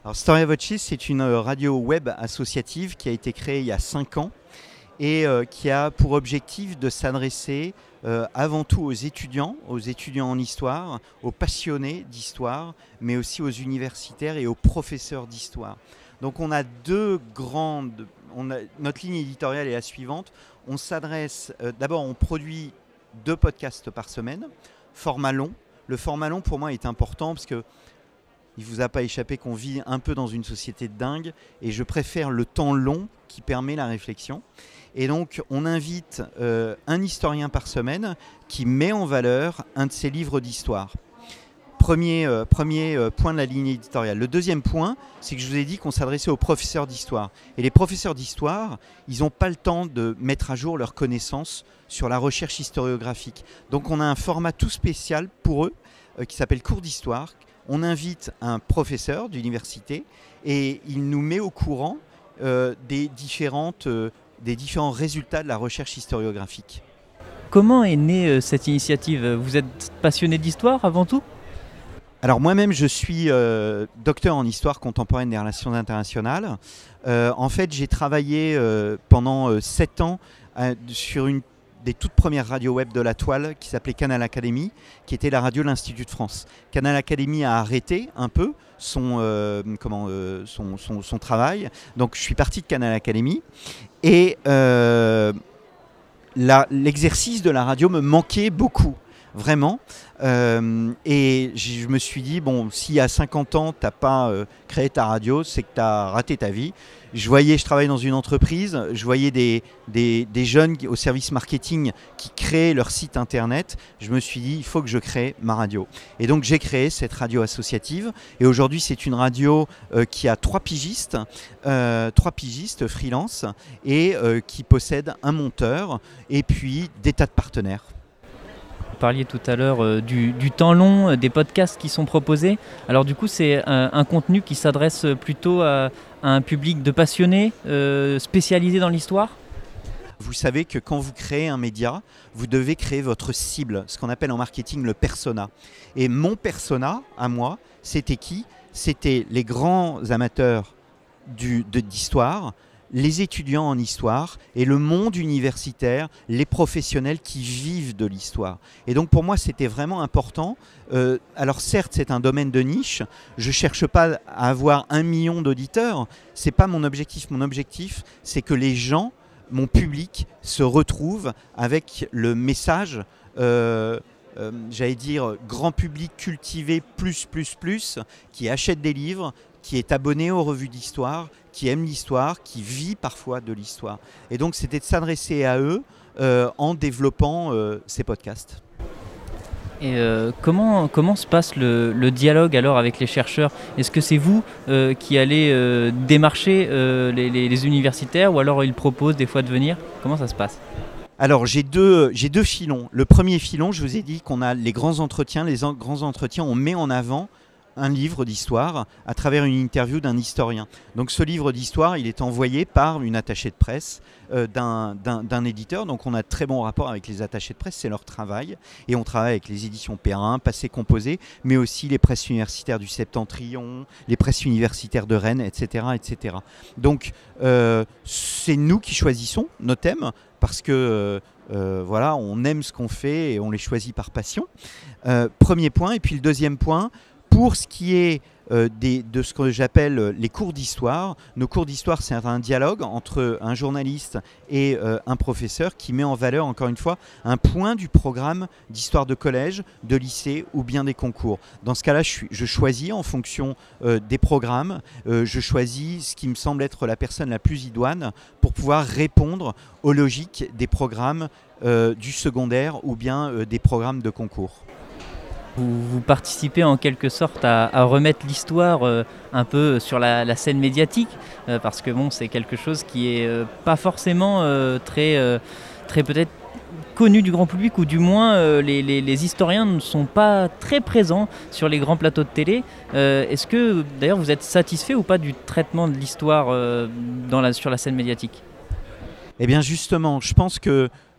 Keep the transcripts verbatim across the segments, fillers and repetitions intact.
Alors Storia Vocis, c'est une radio web associative qui a été créée il y a cinq ans et euh, qui a pour objectif de s'adresser euh, avant tout aux étudiants, aux étudiants en histoire, aux passionnés d'histoire, mais aussi aux universitaires et aux professeurs d'histoire. Donc on a deux grandes... On a, notre ligne éditoriale est la suivante. On s'adresse... Euh, d'abord, on produit deux podcasts par semaine, format long. Le format long, pour moi, est important parce que il ne vous a pas échappé qu'on vit un peu dans une société de dingue et je préfère le temps long qui permet la réflexion. Et donc, on invite euh, un historien par semaine qui met en valeur un de ses livres d'histoire. Premier, euh, premier euh, point de la ligne éditoriale. Le deuxième point, c'est que je vous ai dit qu'on s'adressait aux professeurs d'histoire. Et les professeurs d'histoire, ils n'ont pas le temps de mettre à jour leurs connaissances sur la recherche historiographique. Donc, on a un format tout spécial pour eux euh, qui s'appelle Cours d'histoire. On invite un professeur d'université et il nous met au courant euh, des, différentes, euh, des différents résultats de la recherche historiographique. Comment est née euh, cette initiative ? Vous êtes passionné d'histoire avant tout ? Alors moi-même, je suis euh, docteur en histoire contemporaine des relations internationales. Euh, en fait, j'ai travaillé euh, pendant euh, sept ans euh, sur une des toutes premières radios web de la toile qui s'appelait Canal Académie, qui était la radio de l'Institut de France. Canal Académie a arrêté un peu son, euh, comment, euh, son, son, son travail. Donc je suis parti de Canal Académie et euh, la, l'exercice de la radio me manquait beaucoup. Vraiment. Euh, et je me suis dit, bon, si à cinquante ans, tu n'as pas euh, créé ta radio, c'est que tu as raté ta vie. Je voyais, je travaille dans une entreprise, je voyais des, des, des jeunes au service marketing qui créaient leur site internet. Je me suis dit, il faut que je crée ma radio. Et donc, j'ai créé cette radio associative. Et aujourd'hui, c'est une radio euh, qui a trois pigistes, euh, trois pigistes freelance et euh, qui possède un monteur et puis des tas de partenaires. Vous parliez tout à l'heure euh, du, du temps long, euh, des podcasts qui sont proposés. Alors du coup, c'est un, un contenu qui s'adresse plutôt à, à un public de passionnés euh, spécialisés dans l'histoire ? Vous savez que quand vous créez un média, vous devez créer votre cible, ce qu'on appelle en marketing le persona. Et mon persona, à moi, c'était qui ? C'était les grands amateurs du, de, d'histoire, les étudiants en histoire et le monde universitaire, les professionnels qui vivent de l'histoire. Et donc pour moi, c'était vraiment important. Euh, alors certes, c'est un domaine de niche. Je ne cherche pas à avoir un million d'auditeurs. Ce n'est pas mon objectif. Mon objectif, c'est que les gens, mon public, se retrouvent avec le message, euh, euh, j'allais dire, grand public cultivé plus, plus, plus, qui achète des livres, qui est abonné aux revues d'histoire, qui aime l'histoire, qui vit parfois de l'histoire. Et donc, c'était de s'adresser à eux euh, en développant euh, ces podcasts. Et euh, comment, comment se passe le, le dialogue alors avec les chercheurs ? Est-ce que c'est vous euh, qui allez euh, démarcher euh, les, les, les universitaires ou alors ils proposent des fois de venir ? Comment ça se passe ? Alors, j'ai deux, j'ai deux filons. Le premier filon, je vous ai dit qu'on a les grands entretiens. Les en, grands entretiens, on met en avant un livre d'histoire à travers une interview d'un historien. Donc ce livre d'histoire, il est envoyé par une attachée de presse euh, d'un, d'un, d'un éditeur. Donc on a de très bons rapports avec les attachés de presse, c'est leur travail. Et on travaille avec les éditions Perrin, Passé Composé, mais aussi les presses universitaires du Septentrion, les presses universitaires de Rennes, et cetera et cetera. Donc euh, c'est nous qui choisissons nos thèmes parce que euh, voilà, on aime ce qu'on fait et on les choisit par passion. Euh, premier point. Et puis le deuxième point, pour ce qui est euh, des, de ce que j'appelle les cours d'histoire, nos cours d'histoire, c'est un dialogue entre un journaliste et euh, un professeur qui met en valeur, encore une fois, un point du programme d'histoire de collège, de lycée ou bien des concours. Dans ce cas-là, je, suis, je choisis en fonction euh, des programmes, euh, je choisis ce qui me semble être la personne la plus idoine pour pouvoir répondre aux logiques des programmes euh, du secondaire ou bien euh, des programmes de concours. Vous, vous participez en quelque sorte à, à remettre l'histoire euh, un peu sur la, la scène médiatique, euh, parce que bon, c'est quelque chose qui est euh, pas forcément euh, très, euh, très peut-être connu du grand public, ou du moins euh, les, les, les historiens ne sont pas très présents sur les grands plateaux de télé. Euh, est-ce que d'ailleurs vous êtes satisfait ou pas du traitement de l'histoire euh, dans la, sur la scène médiatique ? Eh bien justement, je pense que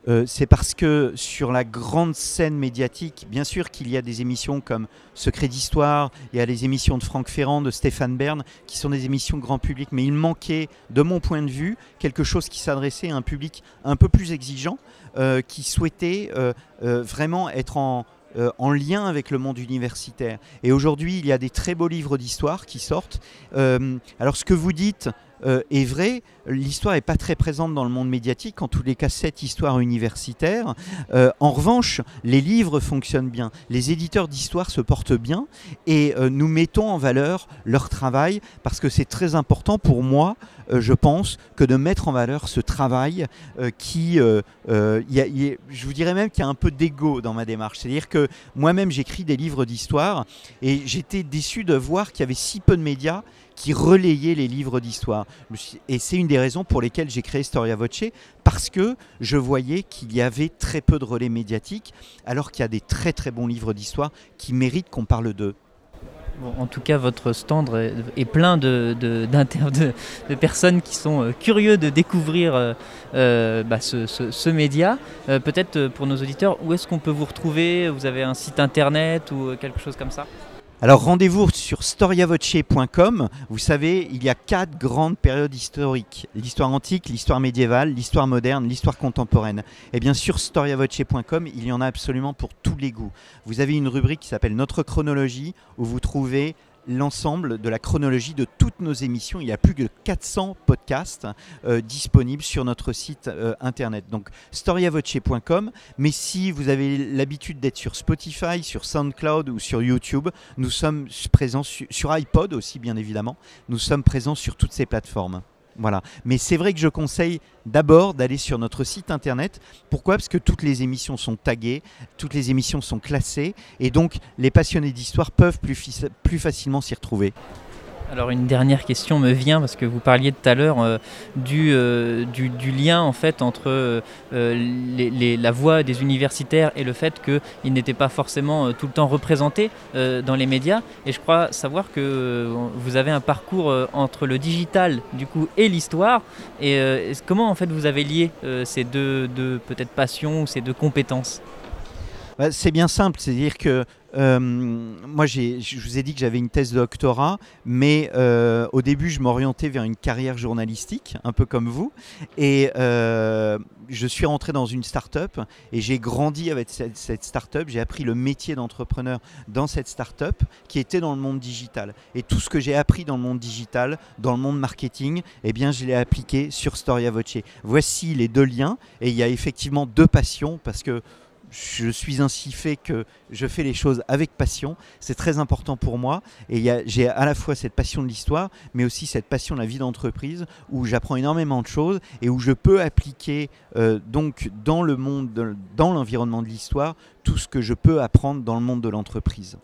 euh, c'est parce que sur la grande scène médiatique, bien sûr qu'il y a des émissions comme Secret d'Histoire, il y a les émissions de Franck Ferrand, de Stéphane Bern, qui sont des émissions grand public, mais il manquait, de mon point de vue, quelque chose qui s'adressait à un public un peu plus exigeant, euh, qui souhaitait euh, euh, vraiment être en... Euh, en lien avec le monde universitaire. Et aujourd'hui, il y a des très beaux livres d'histoire qui sortent. Euh, alors, ce que vous dites euh, est vrai. L'histoire n'est pas très présente dans le monde médiatique, en tous les cas, cette histoire universitaire. Euh, en revanche, les livres fonctionnent bien. Les éditeurs d'histoire se portent bien et euh, nous mettons en valeur leur travail parce que c'est très important pour moi, euh, je pense, que de mettre en valeur ce travail euh, qui... Euh, euh, y a, y a, je vous dirais même qu'il y a un peu d'ego dans ma démarche. C'est-à-dire que moi-même, j'écris des livres d'histoire et j'étais déçu de voir qu'il y avait si peu de médias qui relayaient les livres d'histoire. Et c'est une des raisons pour lesquelles j'ai créé Storia Voce, parce que je voyais qu'il y avait très peu de relais médiatiques, alors qu'il y a des très très bons livres d'histoire qui méritent qu'on parle d'eux. Bon, en tout cas, votre stand est, est plein de, de, de, de personnes qui sont euh, curieux de découvrir euh, euh, bah, ce, ce, ce média. Euh, peut-être euh, pour nos auditeurs, où est-ce qu'on peut vous retrouver ? Vous avez un site internet ou euh, quelque chose comme ça ? Alors rendez-vous sur storia voce point com. Vous savez, il y a quatre grandes périodes historiques. L'histoire antique, l'histoire médiévale, l'histoire moderne, l'histoire contemporaine. Et bien sûr, storia voce point com, il y en a absolument pour tous les goûts. Vous avez une rubrique qui s'appelle Notre chronologie, où vous trouvez l'ensemble de la chronologie de toutes nos émissions. Il y a plus de quatre cents podcasts euh, disponibles sur notre site euh, internet. Donc storia voce point com. Mais si vous avez l'habitude d'être sur Spotify, sur SoundCloud ou sur YouTube, nous sommes présents su- sur iPod aussi, bien évidemment. Nous sommes présents sur toutes ces plateformes. Voilà. Mais c'est vrai que je conseille d'abord d'aller sur notre site internet. Pourquoi ? Parce que toutes les émissions sont taguées, toutes les émissions sont classées, et donc les passionnés d'histoire peuvent plus, fi- plus facilement s'y retrouver. Alors une dernière question me vient parce que vous parliez tout à l'heure euh, du, euh, du, du lien en fait entre euh, les, les, la voix des universitaires et le fait qu'ils n'étaient pas forcément euh, tout le temps représentés euh, dans les médias. Et je crois savoir que euh, vous avez un parcours euh, entre le digital du coup et l'histoire. Et euh, comment en fait vous avez lié euh, ces deux, deux peut-être passions ou ces deux compétences ? Bah, c'est bien simple, c'est-à-dire que euh, moi, j'ai, je vous ai dit que j'avais une thèse de doctorat, mais euh, au début, je m'orientais vers une carrière journalistique, un peu comme vous, et euh, je suis rentré dans une start-up et j'ai grandi avec cette, cette start-up. J'ai appris le métier d'entrepreneur dans cette start-up qui était dans le monde digital. Et tout ce que j'ai appris dans le monde digital, dans le monde marketing, eh bien, je l'ai appliqué sur Storia Voce. Voici les deux liens, et il y a effectivement deux passions parce que je suis ainsi fait que je fais les choses avec passion. C'est très important pour moi. Et y a, j'ai à la fois cette passion de l'histoire, mais aussi cette passion de la vie d'entreprise, où j'apprends énormément de choses et où je peux appliquer euh, donc dans le monde, de, dans l'environnement de l'histoire, tout ce que je peux apprendre dans le monde de l'entreprise.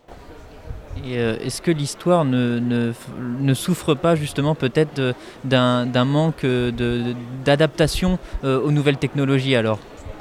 Et euh, est-ce que l'histoire ne, ne, ne souffre pas justement peut-être de, d'un, d'un manque de, de, d'adaptation euh, aux nouvelles technologies alors ?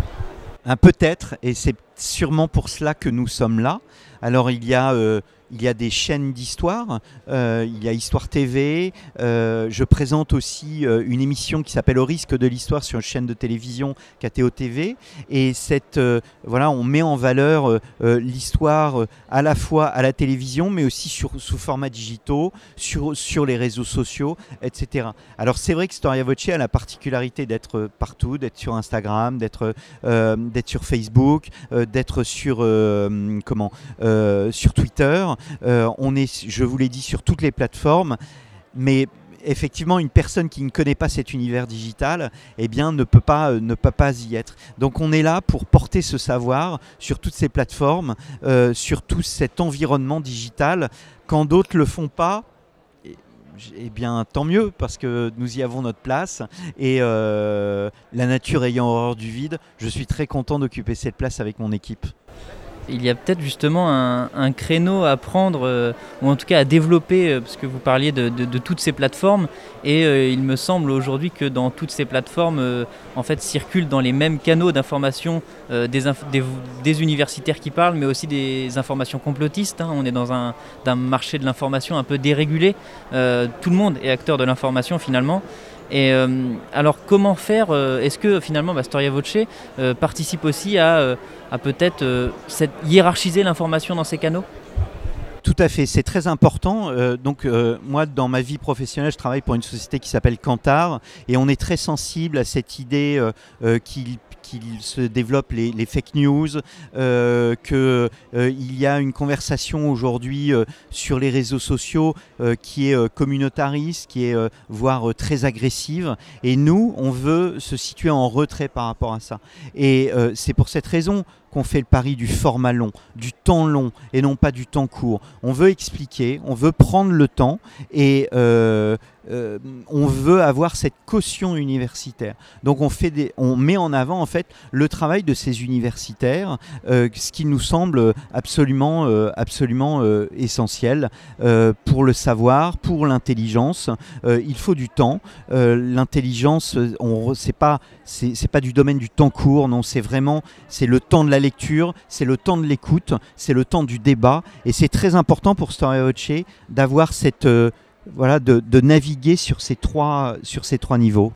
Un peut-être, et c'est sûrement pour cela que nous sommes là. Alors il y a, euh, il y a des chaînes d'histoire, euh, il y a Histoire T V, euh, je présente aussi euh, une émission qui s'appelle Au risque de l'histoire sur une chaîne de télévision K T O T V, et cette, euh, voilà, on met en valeur euh, euh, l'histoire euh, à la fois à la télévision, mais aussi sur, sous format digitaux, sur, sur les réseaux sociaux, et cetera. Alors c'est vrai que Storia Voce a la particularité d'être partout, d'être sur Instagram, d'être, euh, d'être sur Facebook, euh, d'être sur, euh, comment, euh, sur Twitter. Euh, on est, je vous l'ai dit, sur toutes les plateformes, mais effectivement, une personne qui ne connaît pas cet univers digital, eh bien, ne peut pas, euh, ne peut pas y être. Donc, on est là pour porter ce savoir sur toutes ces plateformes, euh, sur tout cet environnement digital. Quand d'autres le font pas, eh bien, tant mieux, parce que nous y avons notre place. Et euh, la nature ayant horreur du vide, je suis très content d'occuper cette place avec mon équipe. Il y a peut-être justement un, un créneau à prendre, euh, ou en tout cas à développer, euh, parce que vous parliez de, de, de toutes ces plateformes, et euh, il me semble aujourd'hui que dans toutes ces plateformes, euh, en fait, circulent dans les mêmes canaux d'information euh, des, inf- des, des universitaires qui parlent, mais aussi des informations complotistes. Hein. On est dans un, un marché de l'information un peu dérégulé. Euh, tout le monde est acteur de l'information finalement. Et euh, alors comment faire euh, Est-ce que finalement bah, Storia Voce euh, participe aussi à, euh, à peut-être euh, cette, hiérarchiser l'information dans ces canaux? Tout à fait, c'est très important. Euh, donc euh, moi, dans ma vie professionnelle, je travaille pour une société qui s'appelle Kantar et on est très sensible à cette idée euh, euh, qu'il qu'il se développe les, les fake news, euh, qu'il euh, y a une conversation aujourd'hui euh, sur les réseaux sociaux euh, qui est euh, communautariste, qui est euh, voire euh, très agressive. Et nous, on veut se situer en retrait par rapport à ça. Et euh, c'est pour cette raison qu'on fait le pari du format long, du temps long et non pas du temps court. On veut expliquer, on veut prendre le temps et euh, euh, on veut avoir cette caution universitaire. Donc on, fait des, on met en avant en fait le travail de ces universitaires, euh, ce qui nous semble absolument, euh, absolument euh, essentiel euh, pour le savoir, pour l'intelligence. Euh, il faut du temps. Euh, l'intelligence, on, c'est pas, c'est, c'est pas du domaine du temps court, non, c'est vraiment c'est le temps de la lecture, c'est le temps de l'écoute, c'est le temps du débat et c'est très important pour Storia Voce d'avoir cette euh, voilà de, de naviguer sur ces trois sur ces trois niveaux.